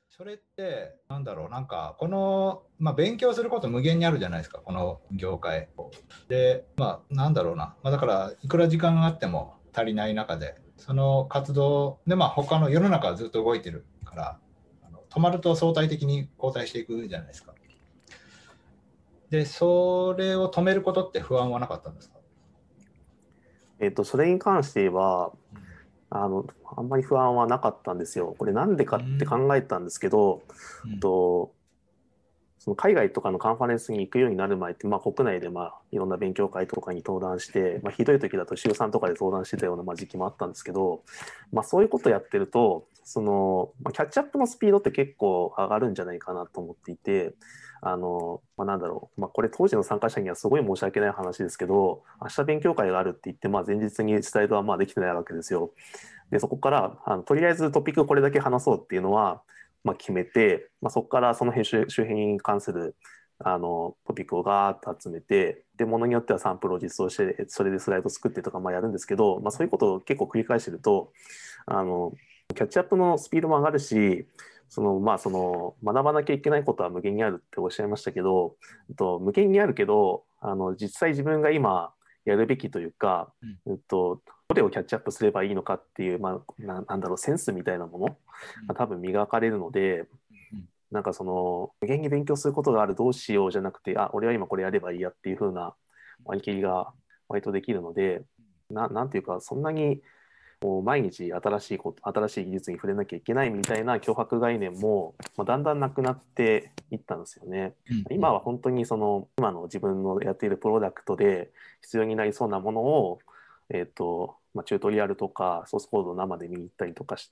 それってなんだろう、なんかこの、勉強すること無限にあるじゃないですか、この業界で。なんだろうな、だからいくら時間があっても足りない中で、その活動で、他の世の中はずっと動いてるから、止まると相対的に後退していくじゃないですか。でそれを止めることって不安はなかったんですか？ それに関して言えば、あの、あんまり不安はなかったんですよ。これなんでかってうん、 考えたんですけど、 うん、 と、その海外とかのカンファレンスに行くようになる前って、国内でいろんな勉強会とかに登壇して、ひどい時だと週3とかで登壇してたような時期もあったんですけど、そういうことやってると、キャッチアップのスピードって結構上がるんじゃないかなと思っていて、なんだろう、これ当時の参加者にはすごい申し訳ない話ですけど、明日勉強会があるって言って、前日にスライドはできてないわけですよ。で、そこからとりあえずトピックこれだけ話そうっていうのは、決めて、そこからその周辺に関するトピックをガーッと集めて、で、ものによってはサンプルを実装して、それでスライド作ってとかやるんですけど、そういうことを結構繰り返してると、あの、キャッチアップのスピードも上がるし、学ばなきゃいけないことは無限にあるっておっしゃいましたけど、無限にあるけど、実際自分が今やるべきというか、 うん、 どれをキャッチアップすればいいのかっていう、なんだろう、センスみたいなものが多分磨かれるので、 うん、 無限に勉強することがある、どうしようじゃなくて、俺は今これやればいいやっていう風な割り切りが割とできるので、なんていうか、そんなにもう毎日新しい技術に触れなきゃいけないみたいな強迫概念も、だんだんなくなっていったんですよね。 うん、うん、 今は本当に今の自分のやっているプロダクトで必要になりそうなものを、チュートリアルとかソースコードを生で見に行ったりとかして、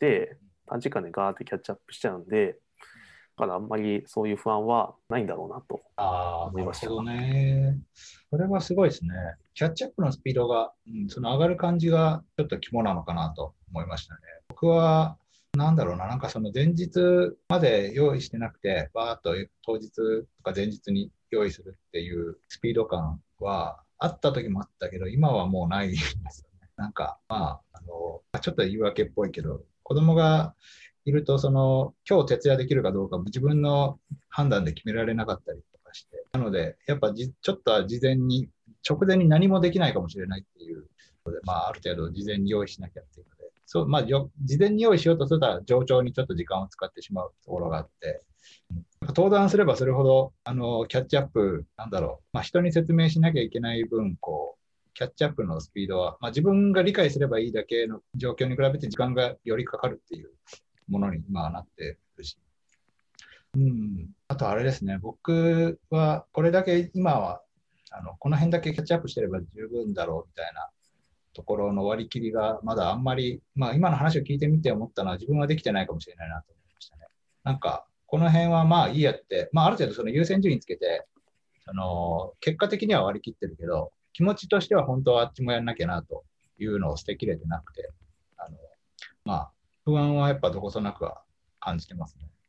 短時間でガーってキャッチアップしちゃうんで、だからあんまりそういう不安はないんだろうなとああ、 思いました。 なるほどね。それはすごいですね。キャッチアップのスピードが、その上がる感じがちょっと肝なのかなと思いましたね。僕は、なんだろうな、なんかその前日まで用意してなくて、バーっと当日とか前日に用意するっていうスピード感はあった時もあったけど、今はもうないんですよね。なんか、ちょっと言い訳っぽいけど、子供がいると、今日徹夜できるかどうかも自分の判断で決められなかったりとかして、なので、やっぱちょっとは直前に何もできないかもしれないっていうので、ある程度事前に用意しなきゃっていうので、そう、事前に用意しようとすると、上長にちょっと時間を使ってしまうところがあって、登壇すればそれほど、キャッチアップ、なんだろう、人に説明しなきゃいけない分、キャッチアップのスピードは、自分が理解すればいいだけの状況に比べて時間がよりかかるっていうものに今はなってるし、あとあれですね、僕はこれだけ今はこの辺だけキャッチアップしてれば十分だろうみたいなところの割り切りがまだあんまり、今の話を聞いてみて思ったのは自分はできてないかもしれないなと思いましたね。なんかこの辺はいいやって、ある程度その優先順位つけて、結果的には割り切ってるけど、気持ちとしては本当はあっちもやんなきゃなというのを捨てきれてなくて、あのまあ、不安はやっぱどこそなくは感じてますね。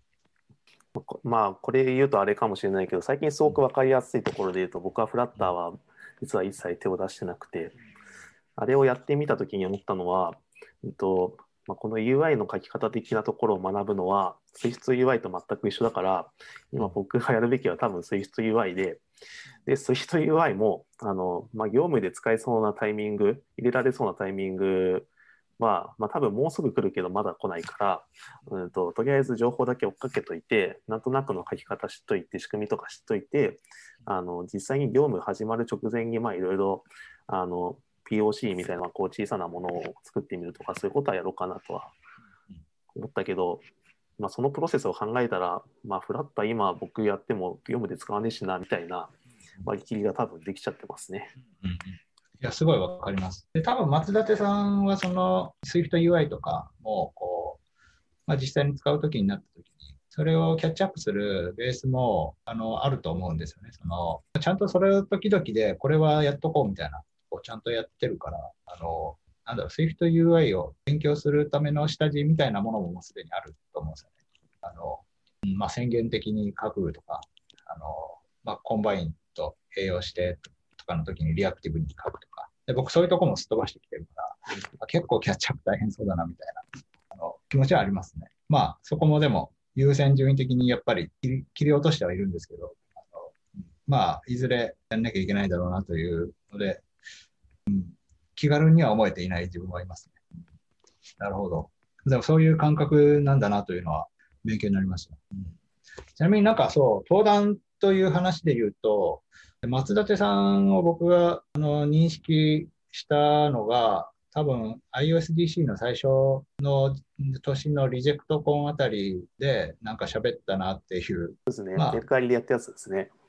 これ言うとあれかもしれないけど、最近すごく分かりやすいところで言うと、僕はフラッターは実は一切手を出してなくて、あれをやってみたときに思ったのは、この UI の書き方的なところを学ぶのは、Swift UI と全く一緒だから、今僕がやるべきは多分 Swift UI で、Swift UI も、業務で使えそうなタイミング、入れられそうなタイミングは、多分もうすぐ来るけどまだ来ないから、とりあえず情報だけ追っかけといて、なんとなくの書き方知っといて、仕組みとか知っといて、実際に業務始まる直前に、いろいろ、POC みたいな小さなものを作ってみるとか、そういうことはやろうかなとは思ったけど、そのプロセスを考えたら、フラッター今僕やっても業務で使わねえしな、みたいな割り切りが多分できちゃってますね。 うんうん、いや、すごいわかります。で、多分松立さんはその SwiftUI とかも実際に使うときになったときに、それをキャッチアップするベースもあると思うんですよね。ちゃんとそれを時々でこれはやっとこうみたいな、ちゃんとやってるから、SwiftUI を勉強するための下地みたいなものももうすでにあると思うんですよね。宣言的に書くとか、コンバインと併用してとかの時にリアクティブに書くとか。で、僕そういうとこもすっ飛ばしてきてるから、結構キャッチアップ大変そうだなみたいな気持ちはありますね。そこもでも優先順位的にやっぱり切り落としてはいるんですけど、まあ、いずれやんなきゃいけないだろうなというので、気軽には思えていない自分はいますね。なるほど。でもそういう感覚なんだなというのは勉強になりました。ちなみになんかそう、登壇という話で言うと、松立さんを僕が認識したのが、多分 iOSDC の最初の年のリジェクトコンあたりでなんか喋ったなっていう。 そうですね。 まあ、 メルカリでやったやつですね。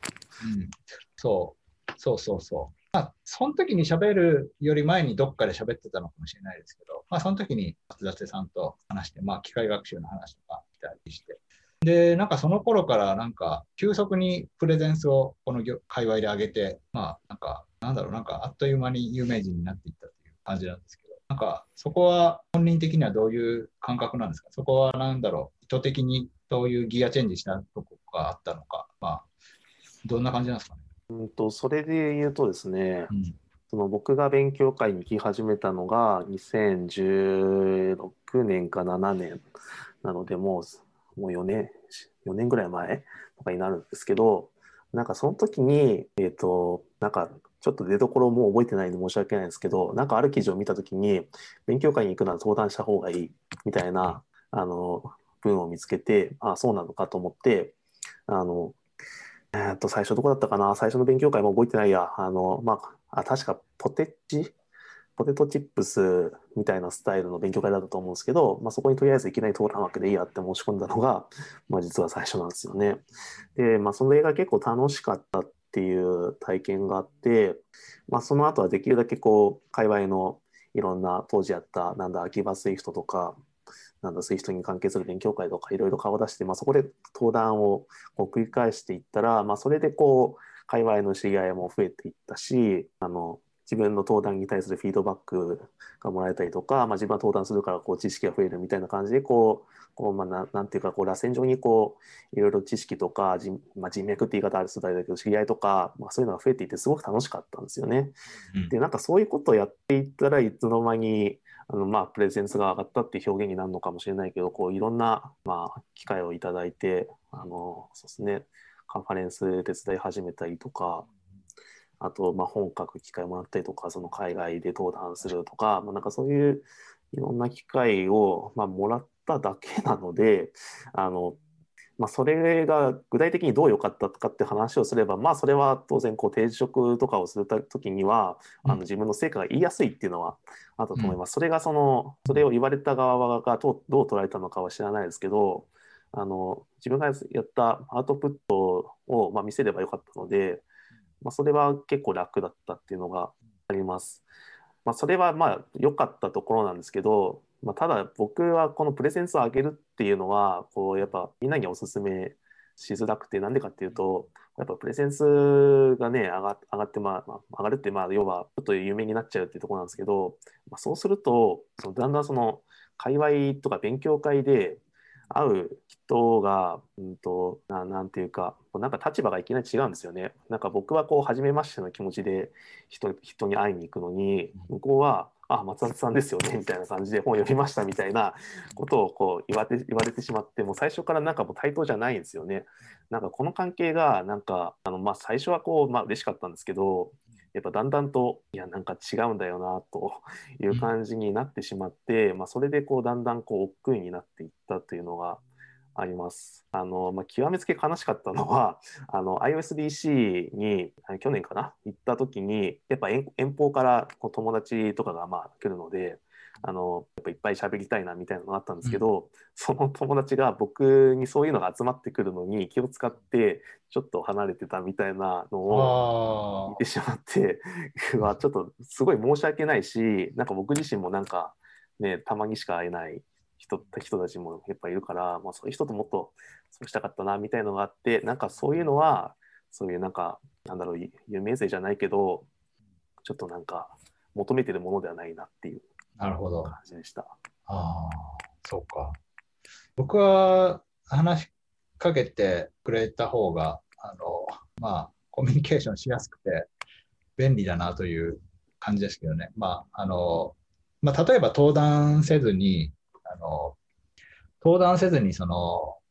そう。まあ、その時に喋るより前にどっかで喋ってたのかもしれないですけど、まあ、その時に松立さんと話して、まあ、機械学習の話とかしたりして、で、なんかその頃からなんか急速にプレゼンスをこの界隈で上げて、まあなんかあっという間に有名人になっていったっていう感じなんですけど、なんかそこは本人的にはどういう感覚なんですか？そこは意図的にそういうギアチェンジしたとこがあったのか、まあ、どんな感じなんですかね？ それで言うとですね、 うん、 その僕が勉強会に行き始めたのが2016年か7年なので、もう4年ぐらい前とかになるんですけど、なんかその時に、なんかちょっと出所をもう覚えてないんで申し訳ないんですけど、なんかある記事を見た時に、勉強会に行くなら登壇した方がいいみたいな、文を見つけて、あ、そうなのかと思って、あの、最初どこだったかな、最初の勉強会も覚えてないや。確かポテトチップスみたいなスタイルの勉強会だったと思うんですけど、そこにとりあえずいきなり登壇枠でいいやって申し込んだのが、実は最初なんですよね。で、その映画結構楽しかったっていう体験があって、その後はできるだけこう、界隈のいろんな当時やった、秋葉スイフトとか、そういう人に関係する勉強会とかいろいろ顔を出して、そこで登壇をこう繰り返していったら、それでこう、界隈の知り合いも増えていったし、自分の登壇に対するフィードバックがもらえたりとか、自分は登壇するからこう知識が増えるみたいな感じで、なんていうか、こう、螺旋状にこう、いろいろ知識とか、人脈って言い方ある世代だけど、知り合いとか、そういうのが増えていて、すごく楽しかったんですよね。で、なんかそういうことをやっていったらいつの間に、プレゼンスが上がったっていう表現になるのかもしれないけど、こういろんな、機会をいただいて、そうですね、カンファレンス手伝い始めたりとか、あと、本書く機会もらったりとか、その海外で登壇するとか、なんかそういういろんな機会を、もらっただけなので、それが具体的にどう良かったかって話をすれば、それは当然こう定職とかをする時には、自分の成果が言いやすいっていうのはあったと思います。それがそれを言われた側がどう捉えたのかは知らないですけど、自分がやったアウトプットを見せればよかったので、それは結構楽だったっていうのがあります。それは良かったところなんですけど、ただ僕はこのプレゼンスを上げるっていうのはこうやっぱみんなにお勧めしづらくて、なんでかっていうとやっぱプレゼンスがね上がって上がるって要はちょっと有名になっちゃうっていうところなんですけど、そうするとだんだんその界隈とか勉強会で会う人が、なんていうか、なんか立場がいきなり違うんですよね。なんか僕はこう、初めましての気持ちで人に会いに行くのに、向こうは、あ、松立さんですよね、みたいな感じで本読みましたみたいなことをこう言われてしまって、もう最初からなんかもう対等じゃないんですよね。なんかこの関係が、なんか、最初はこう、嬉しかったんですけど、やっぱだんだんと、いや、なんか違うんだよな、という感じになってしまって、それでこう、だんだんこう、億劫になっていったというのがあります。極めつけ悲しかったのは、iOSDC に去年かな、行った時に、やっぱ遠方からこう友達とかが来るので、やっぱいっぱい喋りたいなみたいなのがあったんですけど、その友達が僕にそういうのが集まってくるのに気を使ってちょっと離れてたみたいなのを見てしまってちょっとすごい申し訳ないし、なんか僕自身もなんかね、たまにしか会えない人たちもやっぱいるから、そういう人ともっとそうしたかったなみたいなのがあって、なんかそういうのはそういうなんか有名税じゃないけど、ちょっとなんか求めてるものではないなっていうなるほど。 感じでした。 ああ、そうか。僕は話しかけてくれた方が、コミュニケーションしやすくて便利だなという感じですけどね。例えば登壇せずに、その、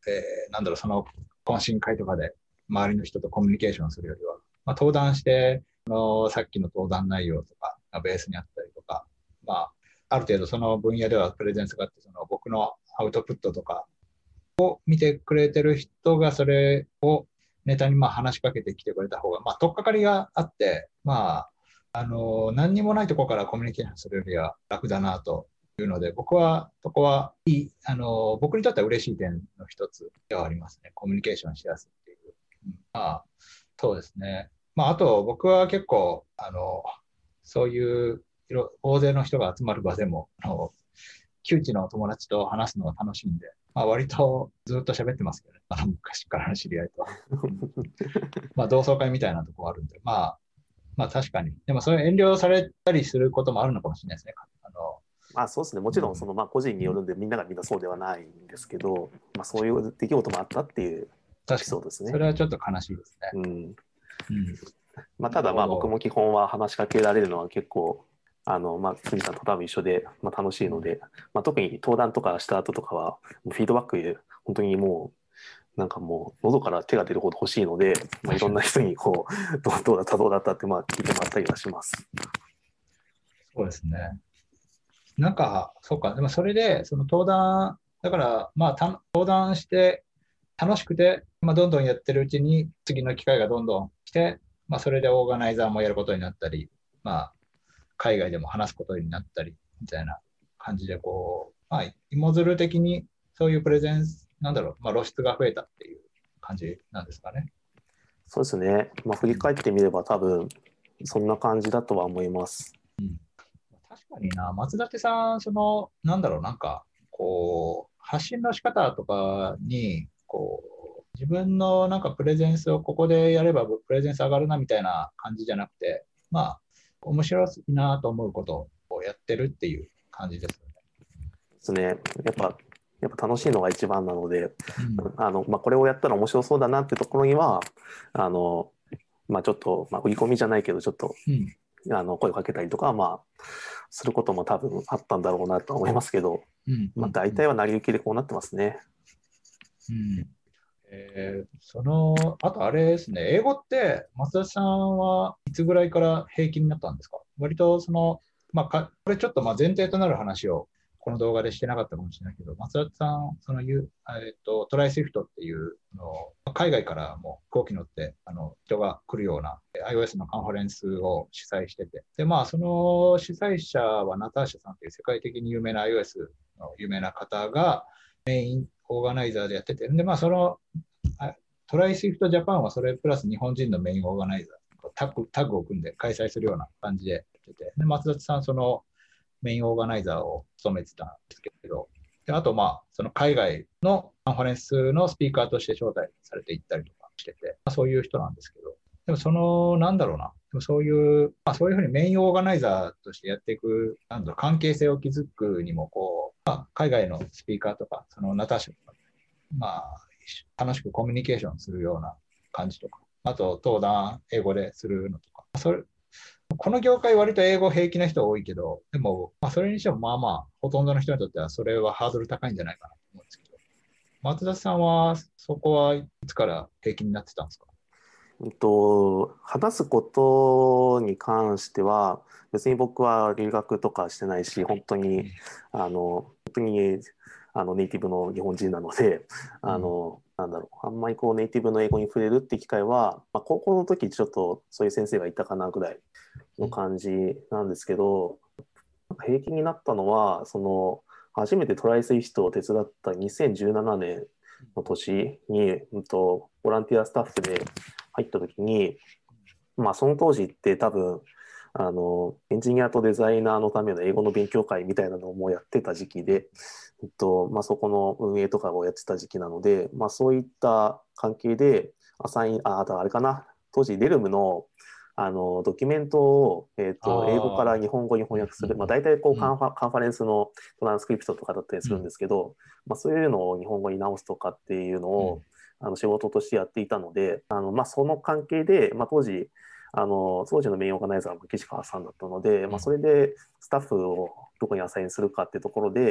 なんだろう、その懇親会とかで周りの人とコミュニケーションするよりは、まあ、登壇して、さっきの登壇内容とかがベースにあったりとか、まあ、ある程度その分野ではプレゼンスがあって、その僕のアウトプットとかを見てくれてる人がそれをネタにまあ話しかけてきてくれた方が、まあ、取っかかりがあって、まあ、何にもないところからコミュニケーションするよりは楽だなというので、僕はそこはいい、僕にとっては嬉しい点の一つではありますね。コミュニケーションしやすいっていう。まあ、そうですね。まあ、あと僕は結構、そういう大勢の人が集まる場でも、旧知の友達と話すのが楽しいんで、まあ、割とずっと喋ってますけどね。昔からの知り合いと。まあ、同窓会みたいなところあるんで、まあ確かに。でもそれ遠慮されたりすることもあるのかもしれないですね。 まあそうですね、もちろんその、まあ、個人によるんでみんながみんなそうではないんですけど、まあ、そういう出来事もあったっていうエピ確かに。 ソードですね。 それはちょっと悲しいですね。 うんうん。 まあ、たなるだまあ僕ほど。 も基本は話しかけられるのは結構まあ、杉さんと多分一緒で、まあ、楽しいので、まあ、特に登壇とかした後とかはフィードバック本当にもうなんかもう喉から手が出るほど欲しいので、まあ、いろんな人にこうどうだったどうだったってまあ聞いてもらったりはします。 そうですね。なんか、そうか。でもそれで、その登壇、だから、まあ、登壇して楽しくて、まあ、どんどんやってるうちに次の機会がどんどん来て、まあ、それでオーガナイザーもやることになったり、まあ、海外でも話すことになったり、みたいな感じで、こう、まあ、芋づる的にそういうプレゼンス、なんだろう、まあ、露出が増えたっていう感じなんですかね。 そうですね、まあ、振り返ってみれば多分そんな感じだとは思います。 うん、確かにな、松立さん、なんだろう、なんか、こう、発信の仕方とかに、こう、自分のなんかプレゼンスをここでやればプレゼンス上がるなみたいな感じじゃなくて、まあ、面白いなと思うことをやってるっていう感じですよね。 ですね。やっぱ楽しいのが一番なので、 うん。 まあ、これをやったら面白そうだなってところには、あの、まあ、ちょっと、まあ、売り込みじゃないけど、ちょっと、 うん。 声をかけたりとか、まあ、することも多分あったんだろうなとは思いますけど、 うん。うまあ、 ん。 大体は成り行きでこうなってますね。 うん。あとあれですね、英語って松田さんはいつぐらいから平気になったんですか？割とまあ、これちょっとまあ前提となる話をこの動画でしてなかったかもしれないけど、松田さん、トライスイフトっていう海外からも飛行機乗って人が来るような iOS のカンファレンスを主催してて、で、まあ、その主催者はナターシャさんという世界的に有名な iOS の有名な方がメインオーガナイザーでやってて、で、まあ、トライスイフトジャパンはそれプラス日本人のメインオーガナイザー、タッグを組んで開催するような感じでやってて、で、松田さん、そのメインオーガナイザーを務めてたんですけど、であと、まあ、その海外のカンファレンスのスピーカーとして招待されていったりとかしてて、まあ、そういう人なんですけど、でもなんだろうな、でもそういうふうにメインオーガナイザーとしてやっていく、なんだろう、関係性を築くにも、海外のスピーカーとか、そのナターシャとか、まあ、楽しくコミュニケーションするような感じとか、あと登壇英語でするのとか、この業界割と英語平気な人多いけど、でも、まあ、それにしてもまあまあ、ほとんどの人にとってはそれはハードル高いんじゃないかなと思うんですけど、松田さんはそこはいつから平気になってたんですか？ 話すことに関しては、別に僕は留学とかしてないし、本当にネイティブの日本人なので、 うん。 なんだろう、あんまりこうネイティブの英語に触れるって機会は、まあ、高校の時ちょっとそういう先生がいたかなぐらいの感じなんですけど、平気になったのは、初めてトライスイフトを手伝った2017年の年に、ボランティアスタッフで入った時に、まあ、その当時って多分、エンジニアとデザイナーのための英語の勉強会みたいなのもやってた時期で、まあ、そこの運営とかをやってた時期なので、まあ、そういった関係で、あとあれかな、当時、デルムの、ドキュメントを、英語かああ、 ら日本語に翻訳する、まあ、 うん、 大体こううん、 カンファレンスのトランスクリプトとかだったりするんうん、 ですけど、まあ、そういうのを日本語に直すとかっていうのうん、 を仕事としてやっていたので、まあ、その関係で、まあ、当時のメインオーガナイザーも岸川さんだったので、まあ、それでスタッフをどこにアサインするかっていうところで、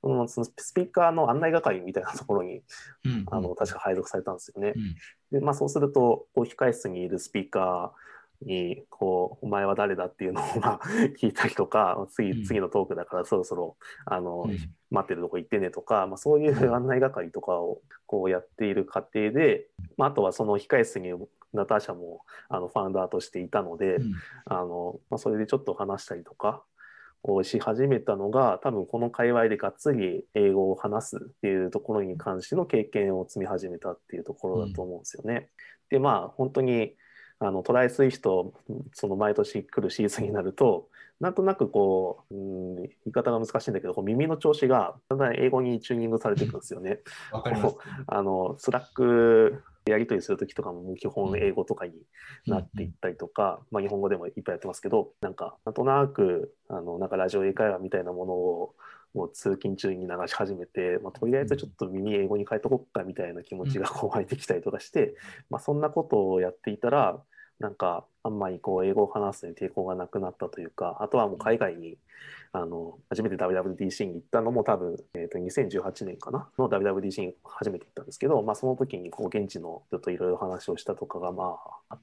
そのスピーカーの案内係みたいなところに確か配属されたんですよね。で、そうするとこう控室にいるスピーカーにこうお前は誰だっていうのを聞いたりとか、次のトークだからそろそろ待ってるとこ行ってねとか、そういう案内係とかをこうやっている過程で、あとはその控室にナターシャもファウンダーとしていたので、それでちょっと話したりとかをし始めたのが、多分この界隈でがっつり英語を話すっていうところに関しての経験を積み始めたっていうところだと思うんですよね。で、本当にトライスイフト、その毎年来るシーズンになると、なんとなくこう、言い方が難しいんだけど、こう耳の調子がだんだん英語にチューニングされていくんですよね。 わかります。 スラックやり取りするときとかも基本英語とかになっていったりとか、日本語でもいっぱいやってますけど、なんとなくなんかラジオ英会話みたいなものをもう通勤中に流し始めて、とりあえずちょっと耳英語に変えとこっかみたいな気持ちがこう湧いてきたりとかして、そんなことをやっていたら、なんかあんまりこう英語を話すに抵抗がなくなったというか、あとはもう海外に初めて WWDC に行ったのも多分、2018年かなの WWDC に初めて行ったんですけど、その時にこう現地の人といろいろ話をしたとかがあって、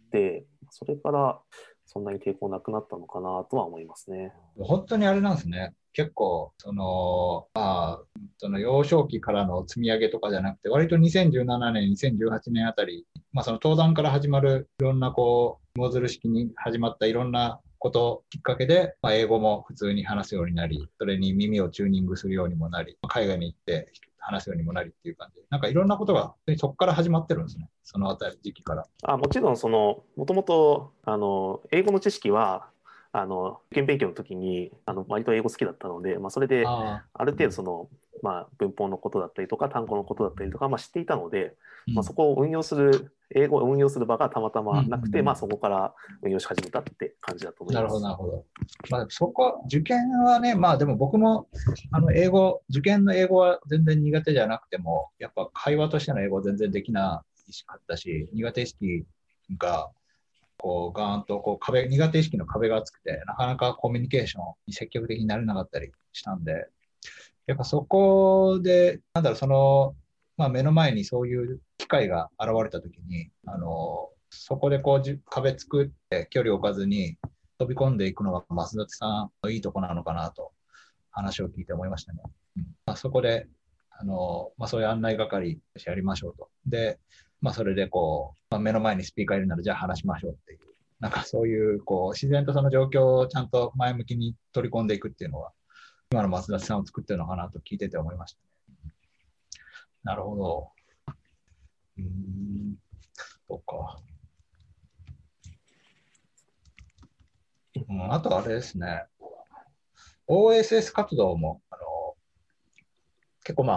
それからそんなに抵抗なくなったのかなとは思いますね。 本当にあれなんですね。結構、その幼少期からの積み上げとかじゃなくて、割と2017年、2018年あたり、その登壇から始まるいろんなこう、芋づる式に始まったいろんなこときっかけで、英語も普通に話すようになり、それに耳をチューニングするようにもなり、海外に行って話すようにもなりっていう感じで、なんかいろんなことがそこから始まってるんですね。そのあたり時期から。 もちろんもともと英語の知識は受験勉強の時に割と英語好きだったので、それである程度文法のことだったりとか単語のことだったりとか、知っていたので、そこを英語を運用する場がたまたまなくて、そこから運用し始めたって感じだと思います。 なるほど、なるほど。そこ、受験はね、でも僕も、受験の英語は全然苦手じゃなくても、やっぱ会話としての英語は全然できないかったし、苦手意識が、こう、ガーンと、こう、苦手意識の壁が厚くて、なかなかコミュニケーションに積極的になれなかったりしたんで、やっぱそこで、目の前にそういう機会が現れたときに、そこでこう壁作って距離を置かずに飛び込んでいくのが増立さんのいいとこなのかなと話を聞いて思いましたね。そこで、そういう案内係やりましょうと。で、それでこう、目の前にスピーカーいるならじゃあ話しましょうっていう。なんかそういう、こう、自然とその状況をちゃんと前向きに取り込んでいくっていうのは、今の増立さんを作ってるのかなと聞いてて思いましたね。なるほど。そうか。あとあれですね。OSS 活動も、結構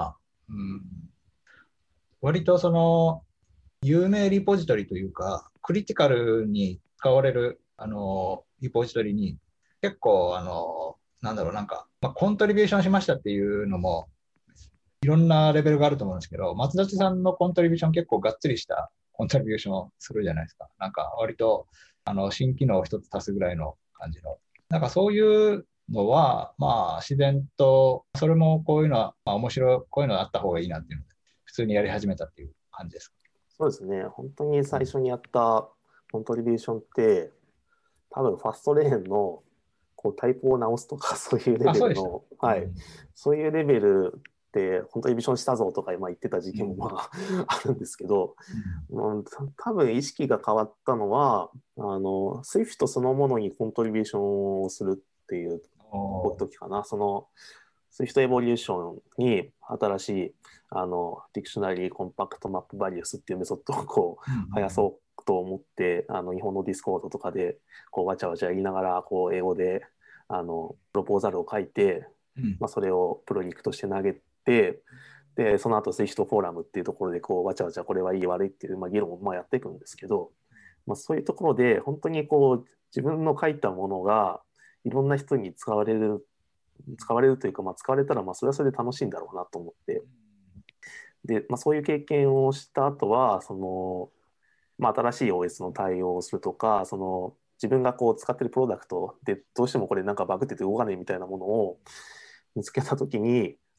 割とその、有名リポジトリというか、クリティカルに使われる、リポジトリに、結構、コントリビューションしましたっていうのも、いろんなレベルがあると思うんですけど、松立さんのコントリビューション結構がっつりしたコントリビューションをするじゃないですか。なんか割と、新機能を一つ足すぐらいの感じの。なんかそういうのは、自然と、それもこういうのは、面白い、こういうのあった方がいいなっていうので、普通にやり始めたっていう感じですか。 そうですね。本当に最初にやったコントリビューションって、多分ファストレーンのこうタイプを直すとかそういうレベルの、はい、そういうレベルで本当にビジョンしたぞとか言ってた時期もあるんですけど、多分意識が変わったのはSWIFT そのものにコントリビューションをするっていう時かな。その SWIFT エボリューションに新しいディクショナリーコンパクトマップバリウスっていうメソッドをこう生やそうと思って日本のディスコードとかでこうわちゃわちゃ言いながらこう英語でプロポーザルを書いて、それをプロリクとして投げて、でその後SWIFTフォーラムっていうところでこうわちゃわちゃこれはいい悪いっていう、議論をやっていくんですけど、そういうところで本当にこう自分の書いたものがいろんな人に使われるというか、使われたらそれはそれで楽しいんだろうなと思って、で、そういう経験をした後は新しい OS の対応をするとか、自分がこう使ってるプロダクトでどうしてもこれなんかバグってて動かないみたいなものを見つけた時に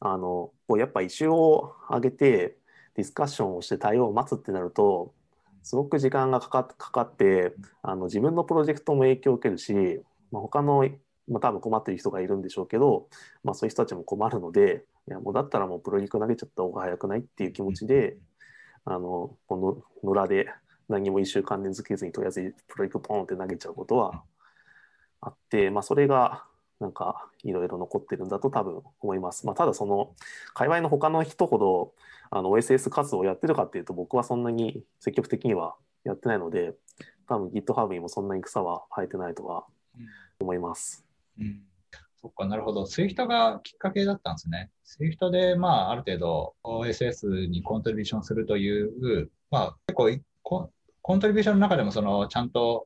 こうやっぱイシューを上げてディスカッションをして対応を待つってなると、すごく時間がかかって、自分のプロジェクトも影響を受けるし、他の、多分困っている人がいるんでしょうけど、そういう人たちも困るので、いや、もうだったらもうプロジェクト投げちゃった方が早くないっていう気持ちで、この野良で何も一週関連づけずにとりあえずプロジェクトポンって投げちゃうことはあって、それがなんかいろいろ残ってるんだと多分思います。ただその界隈の他の人ほどOSS 活動をやってるかっていうと僕はそんなに積極的にはやってないので、多分 GitHub にもそんなに草は生えてないとは思います。 うん、そっか、なるほど。Swift がきっかけだったんですね。Swift で、ある程度 OSS にコントリビューションするという、結構コントリビューションの中でも、ちゃんと、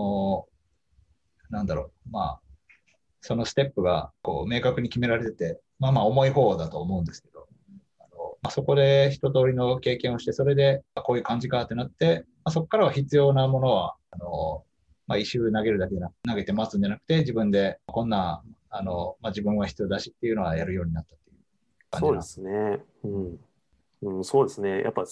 なんだろう、そのステップが、明確に決められてて、重い方だと思うんですけど、そこで一通りの経験をして、それで、こういう感じかってなって、そこからは必要なものは、一周投げるだけでなく、投げて待つんじゃなくて、自分でこんな、自分は必要だしっていうのはやるようになったっていう感じそうでなんです。 すね。そうですね。やっぱ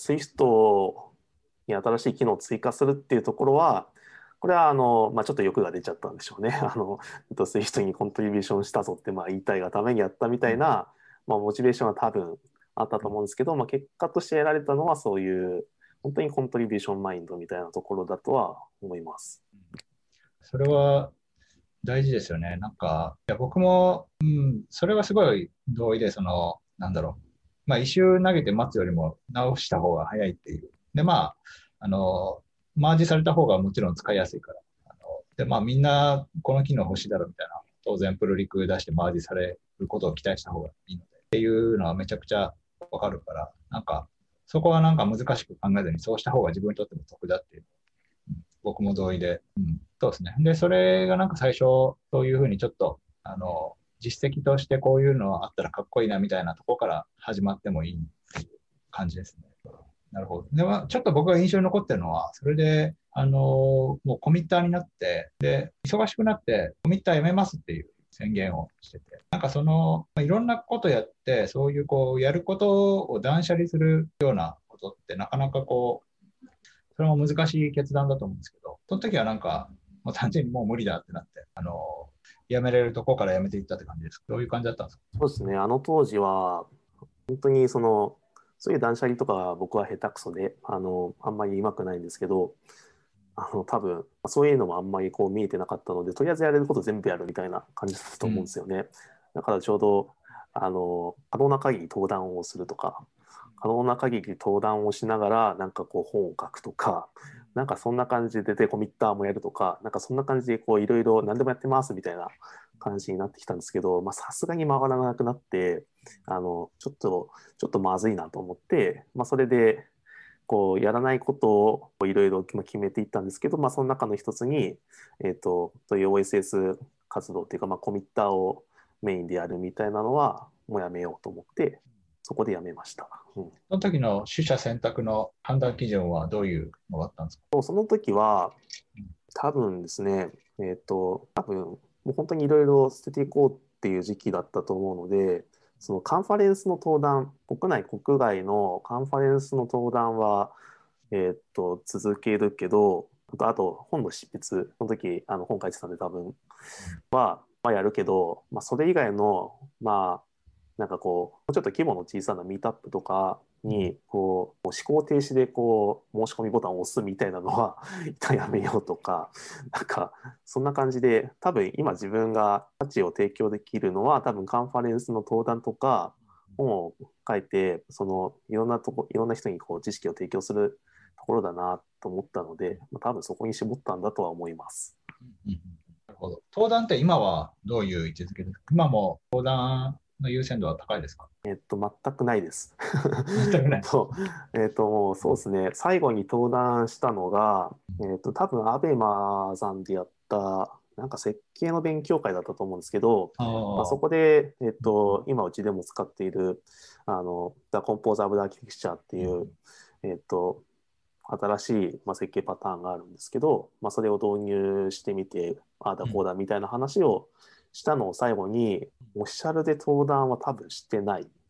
Swift に新しい機能を追加するっていうところは、これはちょっと欲が出ちゃったんでしょうね。Swift にコントリビューションしたぞって言いたいがためにやったみたいな、モチベーションは多分あったと思うんですけど、結果として得られたのはそういう本当にコントリビューションマインドみたいなところだとは思います。 それは大事ですよね。なんか、いや、僕も、それはすごい同意で、なんだろう。一周投げて待つよりも直した方が早いっていう。で、あの、マージされた方がもちろん使いやすいから。で、みんなこの機能欲しいだろうみたいな。当然、プルリク出してマージされることを期待した方がいいので。っていうのはめちゃくちゃわかるから、なんか、そこはなんか難しく考えずに、そうした方が自分にとっても得だっていう、僕も同意で。そうですね。で、それがなんか最初、そういうふうにちょっと、実績としてこういうのあったらかっこいいなみたいなところから始まってもいいっていう感じですね。なるほど。では、ちょっと僕が印象に残ってるのは、それで、もうコミッターになって、で、忙しくなって、コミッター辞めますっていう宣言をしてて、なんかいろんなことやって、そういうやることを断捨離するようなことってなかなかそれも難しい決断だと思うんですけど、その時はなんか、もう単純にもう無理だってなって、辞めれるとこから辞めていったって感じですか？どういう感じだったんですか？ そうですね。あの当時は本当にそういう断捨離とかは僕は下手くそで、あんまり上手くないんですけど、多分、そういうのもあんまりこう見えてなかったので、とりあえずやれること全部やるみたいな感じだったとうん。 思うんですよね。だからちょうど、可能な限り登壇をするとか、可能な限り登壇をしながら、なんかこう本を書くとか、なんかそんな感じでコミッターもやるとか、なんかそんな感じでこういろいろ何でもやってますみたいな感じになってきたんですけど、さすがに回らなくなって、ちょっとまずいなと思って、それで、こうやらないことをいろいろ決めていったんですけど、その中の一つに、そういう OSS 活動っていうか、コミッターをメインでやるみたいなのはもうやめようと思って、そこでやめました。 その時の取捨選択の判断基準はどういうのがあったんですか？ その時は多分ですね、多分もう本当にいろいろ捨てていこうっていう時期だったと思うので、そのカンファレンスの登壇、国内、国外のカンファレンスの登壇は、続けるけど、あと本の執筆、その時本書いてたんで多分やるけど、それ以外の、なんかこう、もうちょっと規模の小さなミートアップとかに、こう、思考停止でこう、申し込みボタンを押すみたいなのは一旦やめようとか、なんか、そんな感じで、多分今自分が価値を提供できるのは、多分カンファレンスの登壇とか、本を書いて、いろんな人にこう知識を提供するところだなと思ったので、多分そこに絞ったんだとは思います。 うん。なるほど。登壇って今はどういう位置づけですか？今も登壇の優先度は高いですか？ 全くないです。 全くない。 もうそうですね、最後に登壇したのが、多分アベマさんでやった、なんか設計の勉強会だったと思うんですけど、 あそあ、 こで、今うちでも使っている、The Composable Architecture っていう、えっと、新しい、設計パターンがあるんですけど、それを導入してみて、ああだこうだみたいな話をしたのを最後に、オフィシャルで登壇は多分してない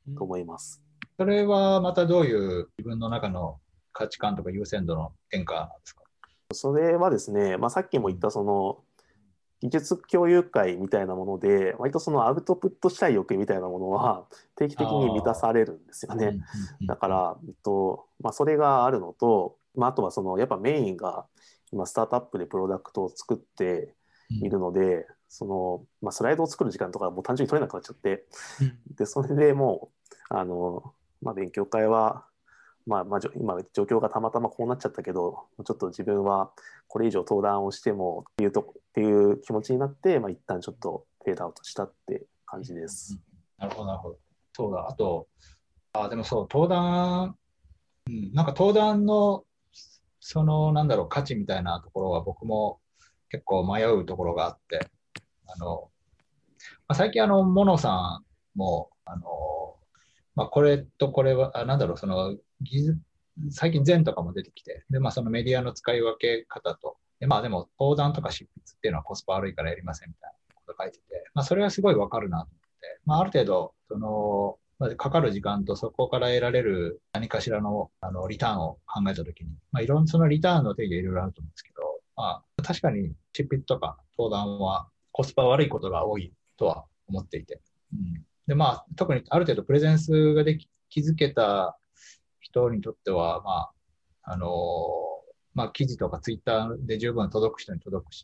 と思います。 それはまたどういう自分の中の価値観とか優先度の変化なんですか？ それはですね、さっきも言ったその技術共有会みたいなもので、割とそのアウトプットしたい欲みたいなものは定期的に満たああ、 されるんですよね。 うんうんうんうん。 だから、それがあるのと、あとはそのやっぱメインが今スタートアップでプロダクトを作っているので、スライドを作る時間とかもう単純に取れなくなっちゃって、 うん。 で、それでもう、勉強会は、今、状況がたまたまこうなっちゃったけど、ちょっと自分はこれ以上登壇をしてもっていう気持ちになって、一旦ちょっとフェードアウトしたって感じです。 なるほど、なるほど。そうだ。あと、でもそう、登壇、なんか登壇の、なんだろう、価値みたいなところは僕も結構迷うところがあって、あの、最近モノさんも、これとこれは、なんだろう、技術、最近禅とかも出てきて、で、そのメディアの使い分け方と、でも、登壇とか執筆っていうのはコスパ悪いからやりませんみたいなこと書いてて、それはすごいわかるなと思って、ある程度、かかる時間とそこから得られる何かしらの、リターンを考えたときに、いろんなそのリターンの定義はいろいろあると思うんですけど、確かに執筆とか登壇はコスパ悪いことが多いとは思っていて、で、特にある程度プレゼンスが築けた人にとっては、記事とかツイッターで十分届く人に届くし、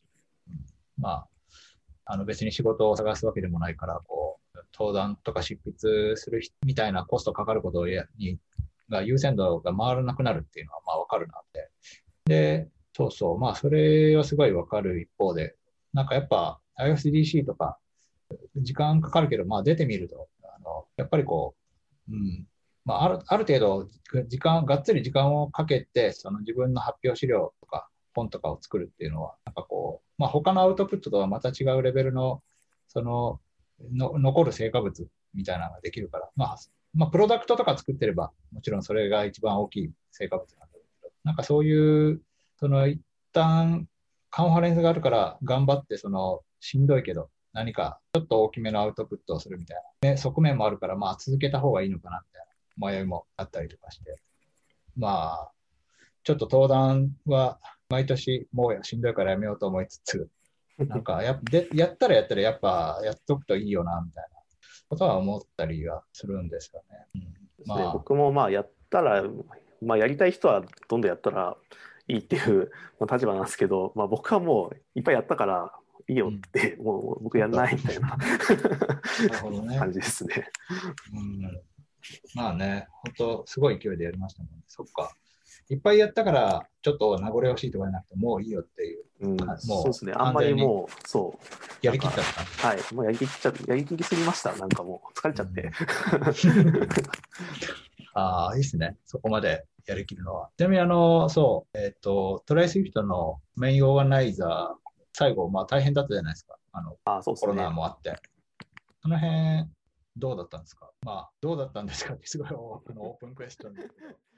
別に仕事を探すわけでもないから、登壇とか執筆するみたいなコストかかることが優先度が回らなくなるっていうのは、わかるなって。で、そうそう、それはすごいわかる一方で、なんかやっぱ IFDC とか、時間かかるけど、出てみると、やっぱりある程度、がっつり時間をかけて、その自分の発表資料とか本とかを作るっていうのは、なんか他のアウトプットとはまた違うレベルの、残る成果物みたいなのができるから、プロダクトとか作ってれば、もちろんそれが一番大きい成果物なんだけど、なんかそういう、一旦カンファレンスがあるから頑張って、しんどいけど、何かちょっと大きめのアウトプットをするみたいな、側面もあるから、続けた方がいいのかなみたいな迷いもあったりとかして、まあ、ちょっと登壇は毎年もうしんどいからやめようと思いつつ、なんかやったらやっぱやっとくといいよな、みたいなことは思ったりはするんですよね。 ですね、僕もやったら、やりたい人はどんどんやったらいいっていう立場なんですけど、僕はもういっぱいやったからいいよって、もう僕やんないみたいななるほどね。 感じですね。 本当すごい勢いでやりましたもんね。そっか。いっぱいやったから、ちょっと名残惜しいとかじゃなくて、もういいよっていう、もうそうですね。あんまり完全にもう、そう。 やりきったって感じ。 はい。もうやりきりすぎました。なんかもう疲れちゃって。 いいですね。そこまでやりきるのは。ちなみに、トライスイフトのメインオーガナイザー、最後、大変だったじゃないですか。コロナそうですね。 もあって。その辺、どうだったんですか？どうだったんですかってすごいオープンクエスチョンですけど。